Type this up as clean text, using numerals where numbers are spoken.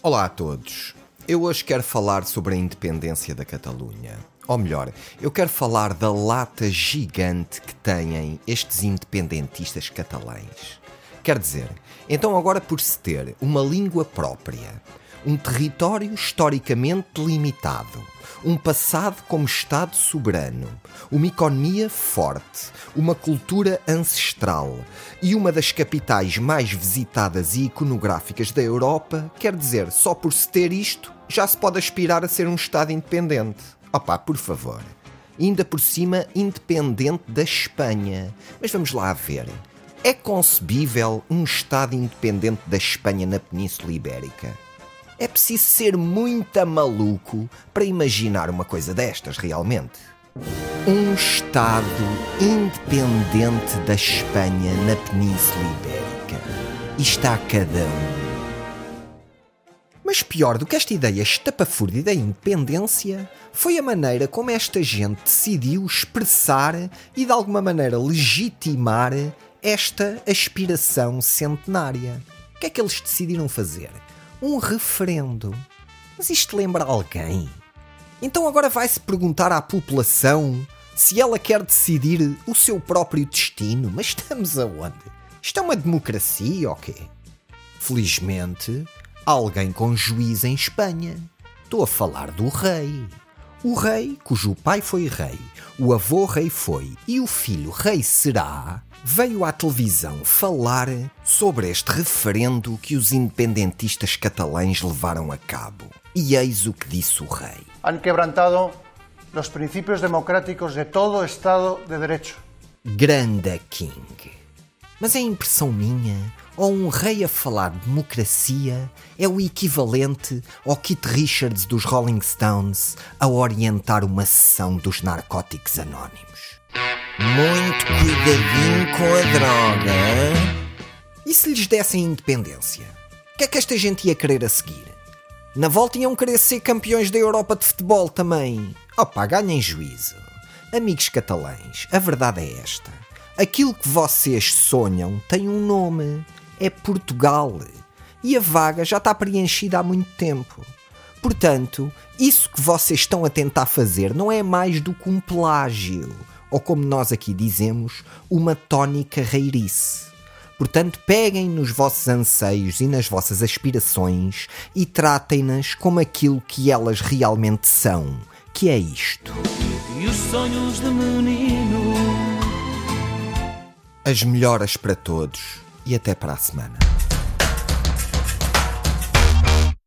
Olá a todos. Eu hoje quero falar sobre a independência da Catalunha. Ou melhor, eu quero falar da lata gigante que têm estes independentistas catalães. Quer dizer, então agora por se ter uma língua própria, um território historicamente delimitado, um passado como Estado soberano, uma economia forte, uma cultura ancestral e uma das capitais mais visitadas e iconográficas da Europa, quer dizer, só por se ter isto, já se pode aspirar a ser um Estado independente. Opá, por favor. Ainda por cima, independente da Espanha. Mas vamos lá ver. É concebível um Estado independente da Espanha na Península Ibérica? É preciso ser muito maluco para imaginar uma coisa destas, realmente. Um Estado independente da Espanha na Península Ibérica. Isto há cada um. Mas pior do que esta ideia estapafúrdia da independência foi a maneira como esta gente decidiu expressar e de alguma maneira legitimar esta aspiração centenária. O que é que eles decidiram fazer? Um referendo. Mas isto lembra alguém? Então agora vai-se perguntar à população se ela quer decidir o seu próprio destino. Mas estamos aonde? Isto é uma democracia ou quê? Felizmente, há alguém com juízo em Espanha. Estou a falar do rei. O rei, cujo pai foi rei, o avô rei foi e o filho rei será, veio à televisão falar sobre este referendo que os independentistas catalães levaram a cabo. E eis o que disse o rei. Han quebrantado os princípios democráticos de todo o Estado de Derecho. Grande King. Mas é impressão minha, ou um rei a falar de democracia é o equivalente ao Keith Richards dos Rolling Stones a orientar uma sessão dos Narcóticos Anónimos. Muito cuidadinho com a droga, hein? E se lhes dessem independência? O que é que esta gente ia querer a seguir? Na volta iam querer ser campeões da Europa de futebol também. Opa, ganhem juízo. Amigos catalães, a verdade é esta. Aquilo que vocês sonham tem um nome. É Portugal. E a vaga já está preenchida há muito tempo. Portanto, isso que vocês estão a tentar fazer não é mais do que um plágio. Ou como nós aqui dizemos, uma tónica reirice. Portanto, peguem nos vossos anseios e nas vossas aspirações e tratem-nas como aquilo que elas realmente são, que é isto. E os sonhos de menino. As melhoras para todos e até para a semana.